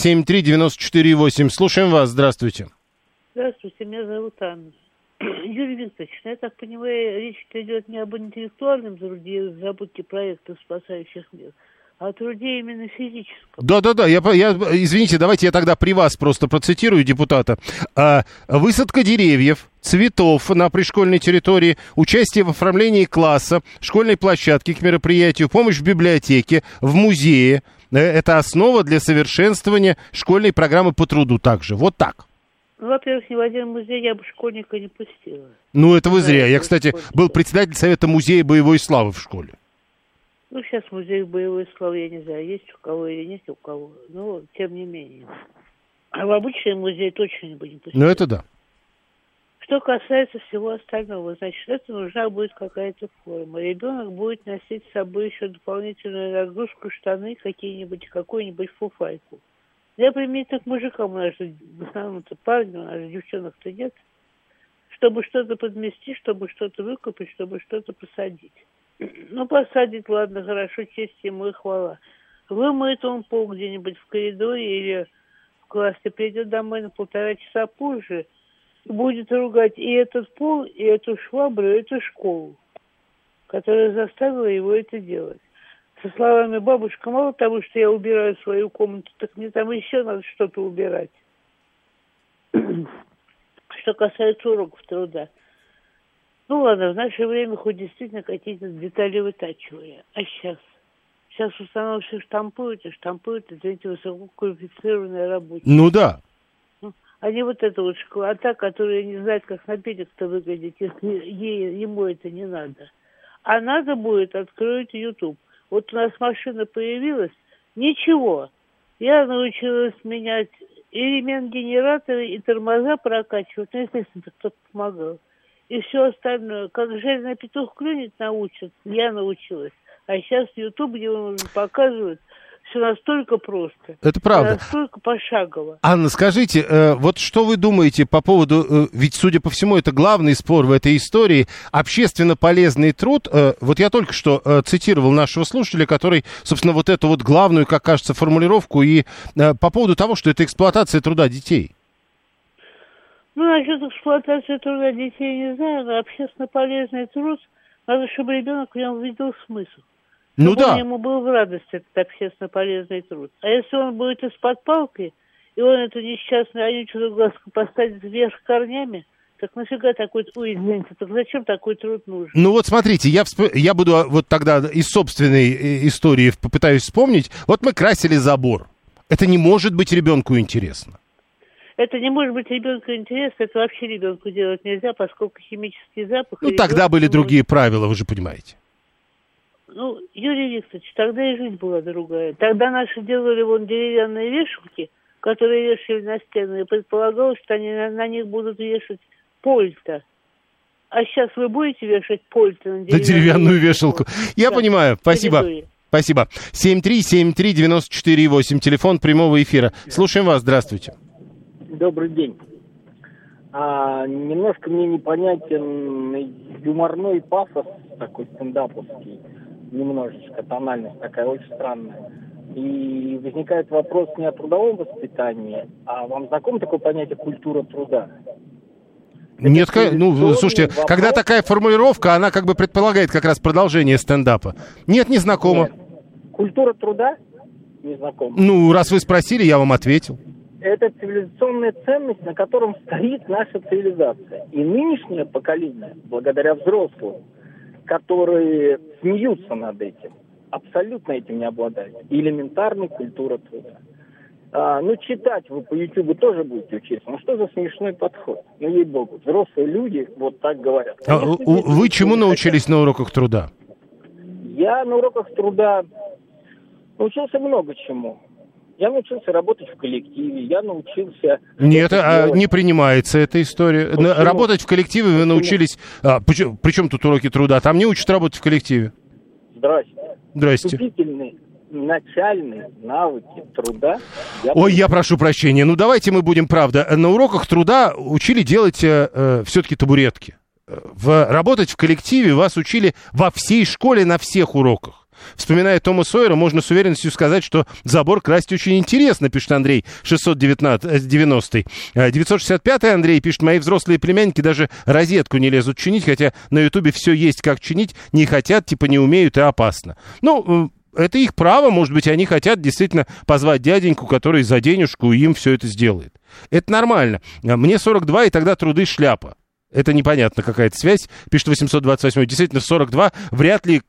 7373948. Слушаем вас. Здравствуйте. Здравствуйте, меня зовут Анна. Юрий Викторович, я так понимаю, речь идет не об интеллектуальном труде, разработке проектов, спасающих мир, а о труде именно физическом. Да, извините, давайте я тогда при вас просто процитирую депутата. Высадка деревьев, цветов на пришкольной территории, участие в оформлении класса, школьной площадки к мероприятию, помощь в библиотеке, в музее. Это основа для совершенствования школьной программы по труду также. Вот так. Во-первых, ни в один музей я бы школьника не пустила. Это вы зря. Я, кстати, был председатель Совета музея боевой славы в школе. Сейчас музей боевой славы, я не знаю, есть у кого или нет у кого. Но, тем не менее. А в обычный музей точно бы не пустила. Это да. Что касается всего остального, значит, это нужна будет какая-то форма. Ребенок будет носить с собой еще дополнительную нагрузку, штаны, какую-нибудь фуфайку. Я применительно к мужикам, у нас же в основном-то парни, у нас же девчонок-то нет. Чтобы что-то подмести, чтобы что-то выкупить, чтобы что-то посадить. Посадить, ладно, хорошо, честь ему и хвала. Вымоет он пол где-нибудь в коридоре или в классе, придет домой на 1,5 часа позже, будет ругать и этот пол, и эту швабру, и эту школу, которая заставила его это делать. Со словами: бабушка, мало того, что я убираю свою комнату, так мне там еще надо что-то убирать. Что касается уроков труда. Ладно, в наше время хоть действительно какие-то детали вытачивали. А сейчас? Сейчас в основном все штампуют, извините, высококвалифицированные работники. Да. а не вот эта вот школота, которая не знает, как на педик-то выглядеть, если ему это не надо. А надо будет откроить YouTube. Вот у нас машина появилась, ничего. Я научилась менять и ремень генератора, и тормоза прокачивать. Ну, естественно, кто-то помогал. И все остальное. Как жирный петух клюнет, научат. Я научилась. А сейчас YouTube, где он уже показывает, все настолько просто. Это правда. Настолько пошагово. Анна, скажите, вот что вы думаете по поводу, ведь, судя по всему, это главный спор в этой истории, общественно полезный труд, вот я только что цитировал нашего слушателя, который, собственно, вот эту вот главную, как кажется, формулировку, и по поводу того, что это эксплуатация труда детей. Ну, насчет эксплуатации труда детей не знаю, но общественно полезный труд, надо, чтобы ребенок в нем видел смысл. Ну да. Ему был в радость этот общественно полезный труд. А если он будет из-под палки, и он эту несчастную анючую глазку поставит вверх корнями, так нафига такой, ой, извините, так зачем такой труд нужен? Ну вот смотрите, я буду вот тогда из собственной истории попытаюсь вспомнить. Вот мы красили забор. Это не может быть ребенку интересно. Это не может быть ребенку интересно, это вообще ребенку делать нельзя, поскольку химический запах... Ну тогда были другие правила, вы же понимаете. Ну, Юрий Викторович, тогда и жизнь была другая. Тогда наши делали вон деревянные вешалки, которые вешали на стены, и предполагалось, что они на них будут вешать польта. А сейчас вы будете вешать польта на деревянную вешалку? Я понимаю, спасибо. Спасибо. 7373948, телефон прямого эфира. Слушаем вас, здравствуйте. Добрый день. Немножко мне непонятен юморной пафос, такой стендаповский, немножечко, тональность такая очень странная. И возникает вопрос не о трудовом воспитании, а вам знакомо такое понятие «культура труда»? Нет, ну, слушайте, вопрос... когда такая формулировка, она как бы предполагает как раз продолжение стендапа. Нет, не знакомо. Нет. Культура труда? Не знакомо. Ну, раз вы спросили, я вам ответил. Это цивилизационная ценность, на котором стоит наша цивилизация. И нынешнее поколение, благодаря взрослым, которые смеются над этим, абсолютно этим не обладают. Элементарной культура труда. Ну, читать вы по Ютубу тоже будете учиться. Ну, что за смешной подход? Ну, ей-богу, взрослые люди вот так говорят. Конечно, вы чему научились на уроках труда? Я на уроках труда научился много чему. Я научился работать в коллективе, я научился... Нет, не принимается эта история. Почему? Работать в коллективе вы научились... Причем тут уроки труда? Там не учат работать в коллективе. Здрасте. Вступительные начальные навыки труда... Я прошу прощения. Ну, давайте мы будем, правда. На уроках труда учили делать все-таки табуретки. Работать в коллективе вас учили во всей школе на всех уроках. Вспоминая Тома Сойера, можно с уверенностью сказать, что забор красить очень интересно, пишет Андрей, 690-й. 965-й Андрей пишет: мои взрослые племянники даже розетку не лезут чинить, хотя на Ютубе все есть, как чинить, не хотят, типа не умеют и опасно. Ну, это их право, может быть, они хотят действительно позвать дяденьку, который за денежку им все это сделает. Это нормально. Мне 42, и тогда труды шляпа. Это непонятно, какая-то связь, пишет 828. Действительно, 42 вряд ли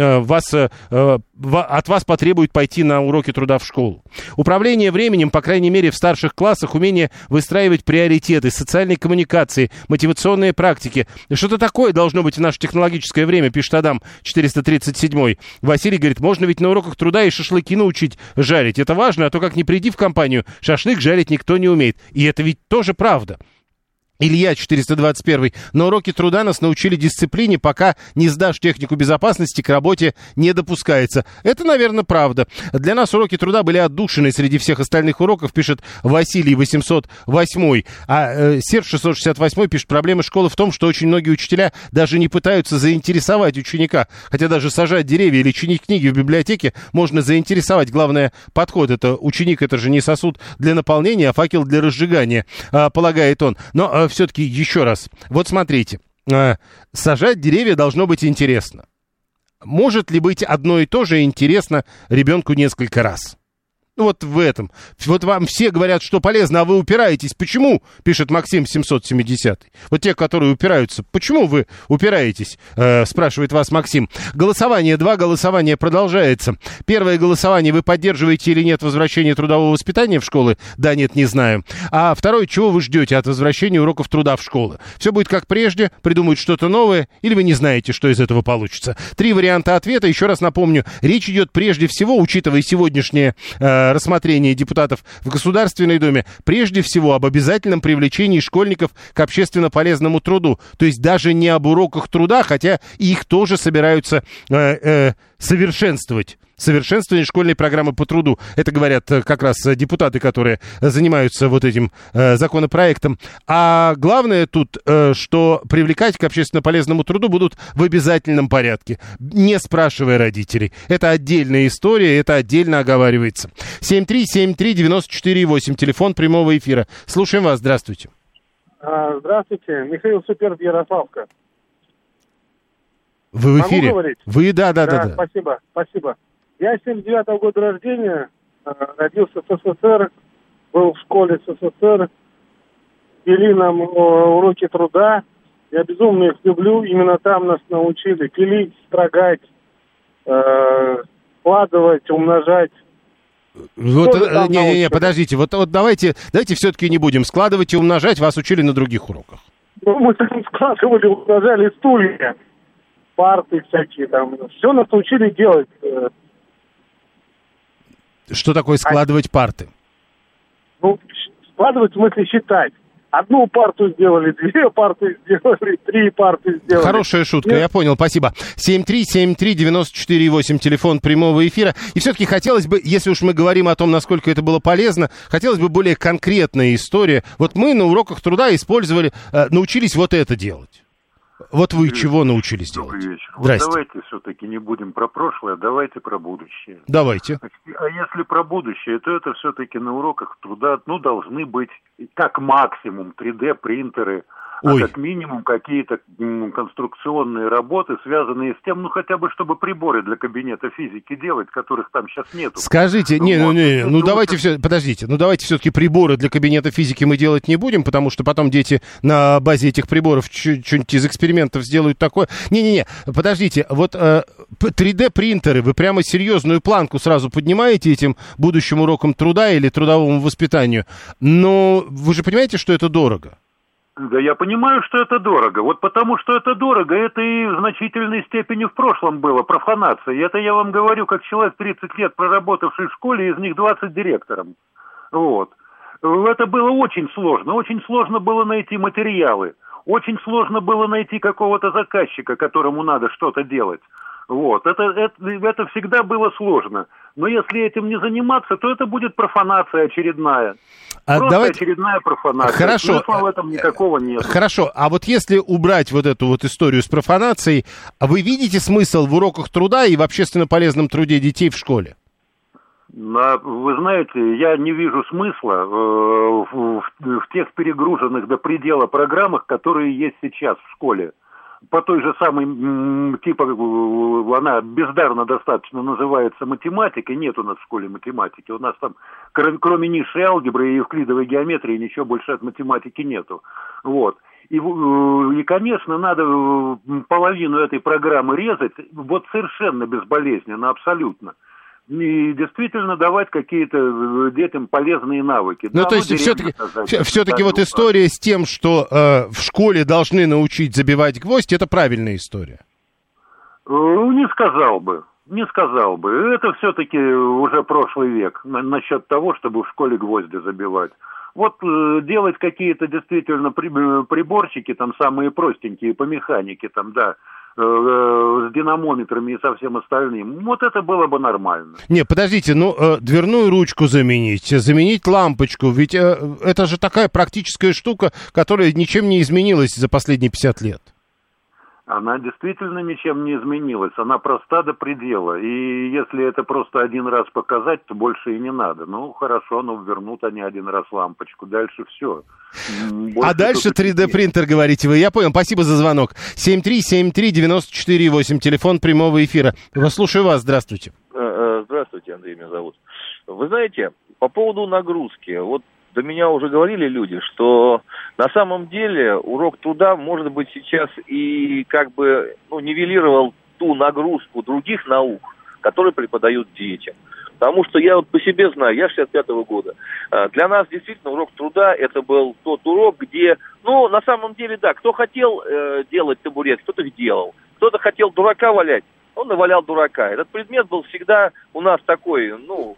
от вас потребует пойти на уроки труда в школу. Управление временем, по крайней мере, в старших классах, умение выстраивать приоритеты, социальные коммуникации, мотивационные практики. Что-то такое должно быть в наше технологическое время, пишет Адам 437. Василий говорит: можно ведь на уроках труда и шашлыки научить жарить. Это важно, а то как ни приди в компанию, шашлык жарить никто не умеет. И это ведь тоже правда. Илья 421. На уроке труда нас научили дисциплине, пока не сдашь технику безопасности, к работе не допускается. Это, наверное, правда. Для нас уроки труда были отдушиной среди всех остальных уроков, пишет Василий 808. А Серж 668 пишет: проблема школы в том, что очень многие учителя даже не пытаются заинтересовать ученика. Хотя даже сажать деревья или чинить книги в библиотеке можно заинтересовать. Главное, подход. Это ученик, это же не сосуд для наполнения, а факел для разжигания, полагает он. Но все-таки еще раз, вот смотрите, сажать деревья должно быть интересно. Может ли быть одно и то же интересно ребенку несколько раз? Вот в этом. Вот вам все говорят, что полезно, а вы упираетесь. Почему? Пишет Максим 770. Вот те, которые упираются. Почему вы упираетесь? Спрашивает вас Максим. Голосование. 2 голосования продолжается. Первое голосование. Вы поддерживаете или нет возвращение трудового воспитания в школы? Да, нет, не знаю. А второе. Чего вы ждете от возвращения уроков труда в школы? Все будет как прежде? Придумают что-то новое? Или вы не знаете, что из этого получится? 3 варианта ответа. Еще раз напомню. Речь идет прежде всего, учитывая сегодняшнее рассмотрение депутатов в Государственной Думе, прежде всего об обязательном привлечении школьников к общественно полезному труду. То есть даже не об уроках труда, хотя их тоже собираются совершенствовать. Совершенствование школьной программы по труду. Это говорят как раз депутаты, которые занимаются вот этим законопроектом. А главное тут, что привлекать к общественно полезному труду будут в обязательном порядке, не спрашивая родителей. Это отдельная история, это отдельно оговаривается. 7373948, телефон прямого эфира. Слушаем вас, здравствуйте. Здравствуйте, Михаил Суперб, Ярославка. Вы в эфире? Могу говорить? Вы, да. Спасибо. Я 79-го года рождения, родился в СССР, был в школе СССР, вели нам уроки труда. Я безумно их люблю, именно там нас научили пилить, строгать, складывать, умножать. Вот, подождите, вот давайте все-таки не будем складывать и умножать, вас учили на других уроках. Ну, мы там складывали, умножали стулья, парты всякие там, все нас научили делать. Что такое складывать парты? Ну, складывать в смысле считать. Одну парту сделали, 2 парты сделали, 3 парты сделали. Хорошая шутка, я понял, спасибо. 7373948, телефон прямого эфира. И все-таки хотелось бы, если уж мы говорим о том, насколько это было полезно, хотелось бы более конкретная история. Вот мы на уроках труда научились вот это делать. Вот вы чего научились делать? Добрый вечер. Здрасте. Вот давайте все-таки не будем про прошлое, давайте про будущее. Давайте. А если про будущее, то это все-таки на уроках труда, должны быть как максимум 3D-принтеры, как минимум какие-то конструкционные работы, связанные с тем, хотя бы чтобы приборы для кабинета физики делать, которых там сейчас нету. Скажите, давайте все-таки приборы для кабинета физики мы делать не будем, потому что потом дети на базе этих приборов что-нибудь из экспериментов сделают такое. Подождите, вот 3D-принтеры, вы прямо серьезную планку сразу поднимаете этим будущим урокам труда или трудовому воспитанию, но вы же понимаете, что это дорого? Да я понимаю, что это дорого. Вот потому что это дорого, это и в значительной степени в прошлом было профанация. И это я вам говорю, как человек 30 лет проработавший в школе, из них 20 директором. Вот. Это было очень сложно. Очень сложно было найти материалы. Очень сложно было найти какого-то заказчика, которому надо что-то делать. Вот. Это всегда было сложно. Но если этим не заниматься, то это будет профанация очередная. Очередная профанация. Хорошо. Смысла в этом никакого нет. Хорошо. А вот если убрать вот эту вот историю с профанацией, вы видите смысл в уроках труда и в общественно полезном труде детей в школе? Вы знаете, я не вижу смысла в тех перегруженных до предела программах, которые есть сейчас в школе. По той же самой, она бездарно достаточно называется математикой. Нет у нас в школе математики. У нас там, кроме низшей алгебры и евклидовой геометрии, ничего больше от математики нету. Вот. И, конечно, надо половину этой программы резать, вот совершенно безболезненно, абсолютно. И действительно давать какие-то детям полезные навыки. То есть все-таки вот история с тем, что в школе должны научить забивать гвоздь, это правильная история? Не сказал бы. Это все-таки уже прошлый век насчет того, чтобы в школе гвозди забивать. Вот делать какие-то действительно приборчики, там самые простенькие по механике, там, да, с динамометрами и со всем остальным, вот это было бы нормально. Не, подождите, дверную ручку заменить лампочку, ведь это же такая практическая штука, которая ничем не изменилась за последние 50 лет. Она действительно ничем не изменилась, она проста до предела, и если это просто один раз показать, то больше и не надо. Хорошо, вернут они один раз лампочку, дальше все. А дальше 3D-принтер, говорите вы. Я понял, спасибо за звонок. 7373948, телефон прямого эфира. Слушаю вас, здравствуйте. Здравствуйте, Андрей меня зовут. Вы знаете, по поводу нагрузки, вот до меня уже говорили люди, что на самом деле урок труда, может быть, сейчас и как бы нивелировал ту нагрузку других наук, которые преподают детям. Потому что я вот по себе знаю, я 65-го года. Для нас действительно урок труда это был тот урок, где, на самом деле, да, кто хотел делать табурет, кто-то их делал. Кто-то хотел дурака валять, он навалял дурака. Этот предмет был всегда у нас такой,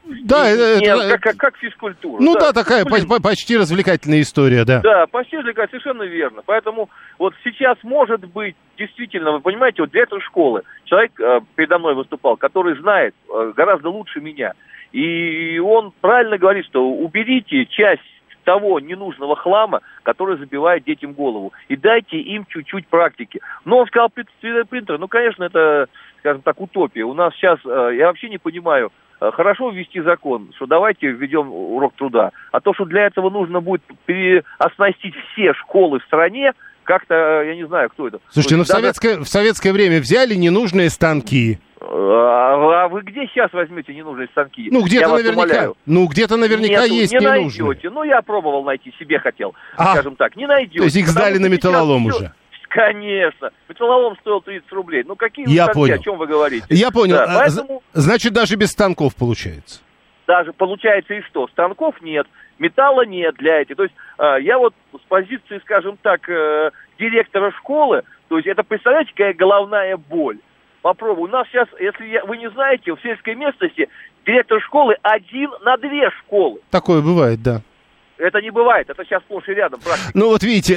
как физкультура. Такая почти развлекательная история, да. Да, почти развлекательная, совершенно верно. Поэтому вот сейчас может быть, действительно, вы понимаете, вот директор школы, человек передо мной выступал, который знает гораздо лучше меня. И он правильно говорит, что уберите часть того ненужного хлама, который забивает детям голову, и дайте им чуть-чуть практики. Но он сказал 3D-принтер, конечно, это, скажем так, утопия. У нас сейчас, я вообще не понимаю, хорошо ввести закон, что давайте введем урок труда, а то, что для этого нужно будет переоснастить все школы в стране, как-то, я не знаю, кто это. Слушайте, в советское время взяли ненужные станки. А вы где сейчас возьмете ненужные станки? Где-то наверняка. Где-то наверняка есть ненужные. Найдете. Я пробовал найти, себе хотел, скажем так. Не найдете. То есть их сдали на металлолом уже? Конечно. Металлолом стоил 30 рублей. Какие станки, понял. О чем вы говорите? Я понял. Да, поэтому... Значит, даже без станков получается? Даже получается и что? Станков нет, металла нет для этих. То есть я вот с позиции, скажем так, директора школы, то есть это, представляете, какая головная боль. Попробуй. У нас сейчас, если вы не знаете, в сельской местности директор школы 1 на 2 школы. Такое бывает, да. Это не бывает, это сейчас сплошь и рядом практика. Вот видите,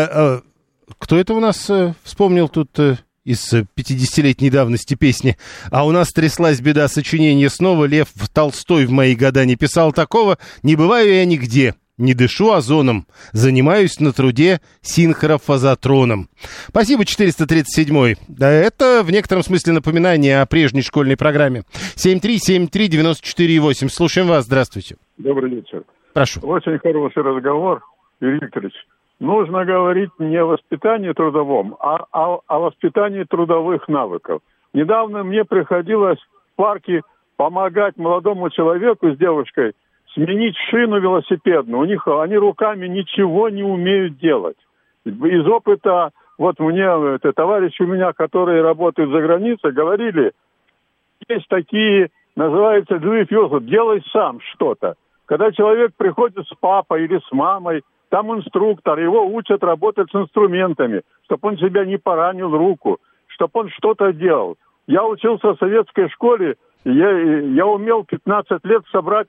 кто это у нас вспомнил тут из 50-летней давности песни? А у нас тряслась беда сочинения снова. Лев Толстой в мои года не писал такого. Не бываю я нигде. Не дышу озоном, занимаюсь на труде синхрофазотроном. Спасибо, 437-й. Да, это в некотором смысле напоминание о прежней школьной программе. 7373948. Слушаем вас, здравствуйте. Добрый вечер. Прошу. Очень хороший разговор, Юрий Викторович. Нужно говорить не о воспитании трудовом, а о воспитании трудовых навыков. Недавно мне приходилось в парке помогать молодому человеку с девушкой сменить шину велосипедную. Они руками ничего не умеют делать. Из опыта, мне, товарищи у меня, которые работают за границей, говорили, есть такие, называется, do it yourself, делай сам что-то. Когда человек приходит с папой или с мамой, там инструктор, его учат работать с инструментами, чтобы он себя не поранил руку, чтобы он что-то делал. Я учился в советской школе, я умел 15 лет собрать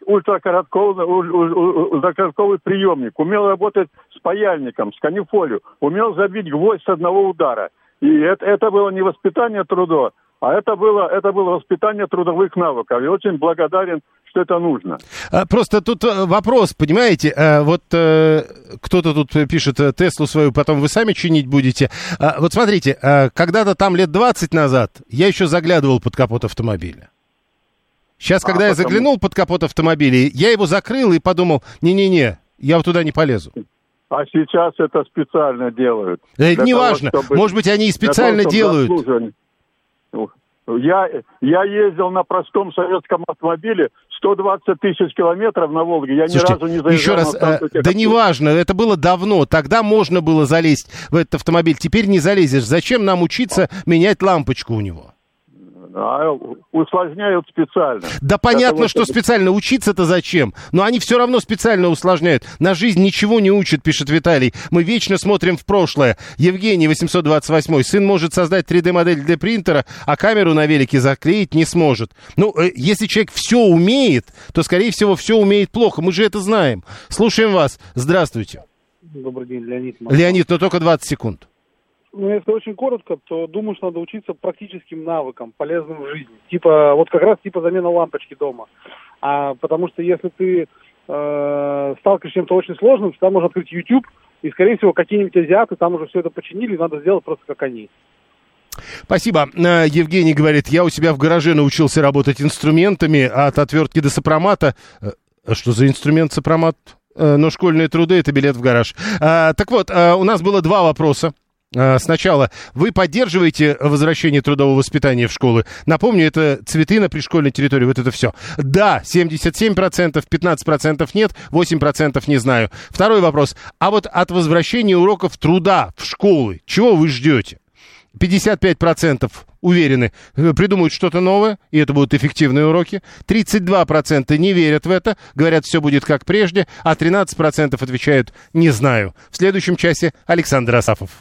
ультракоротковый приемник, умел работать с паяльником, с канифолью, умел забить гвоздь с одного удара. И это было не воспитание труда, а это было воспитание трудовых навыков. Я очень благодарен, что это нужно. Просто тут вопрос, понимаете, кто-то тут пишет Теслу свою, потом вы сами чинить будете. Вот смотрите, когда-то там лет 20 назад я еще заглядывал под капот автомобиля. Сейчас, когда я заглянул под капот автомобиля, я его закрыл и подумал, не-не-не, я туда не полезу. А сейчас это специально делают. Это не важно. Может быть, они и специально делают. Я ездил на простом советском автомобиле 120 тысяч километров на Волге. Я ни разу не заезжал. Еще раз, да неважно, это было давно. Тогда можно было залезть в этот автомобиль. Теперь не залезешь. Зачем нам учиться менять лампочку у него? Усложняют специально. Да понятно, что специально. Учиться-то зачем? Но они все равно специально усложняют. На жизнь ничего не учат, пишет Виталий. Мы вечно смотрим в прошлое. Евгений, 828. Сын может создать 3D-модель для принтера, а камеру на велике заклеить не сможет. Если человек все умеет, то, скорее всего, все умеет плохо. Мы же это знаем. Слушаем вас. Здравствуйте. Добрый день, Леонид. Леонид, но только 20 секунд. Если очень коротко, то думаю, что надо учиться практическим навыкам, полезным в жизни. Как раз замена лампочки дома. Потому что если ты сталкиваешься с чем-то очень сложным, всегда можно открыть YouTube, и, скорее всего, какие-нибудь азиаты там уже все это починили, надо сделать просто как они. Спасибо. Евгений говорит, я у себя в гараже научился работать инструментами от отвертки до сопромата. Что за инструмент сопромат? Но школьные труды — это билет в гараж. Так вот, у нас было 2 вопроса. Сначала, вы поддерживаете возвращение трудового воспитания в школы? Напомню, это цветы на пришкольной территории, вот это все. Да, 77%, 15% нет, 8% не знаю. Второй вопрос. А вот от возвращения уроков труда в школы, чего вы ждете? 55% уверены, придумают что-то новое, и это будут эффективные уроки. 32% не верят в это, говорят, все будет как прежде, а 13% отвечают «не знаю». В следующем часе Александр Асафов.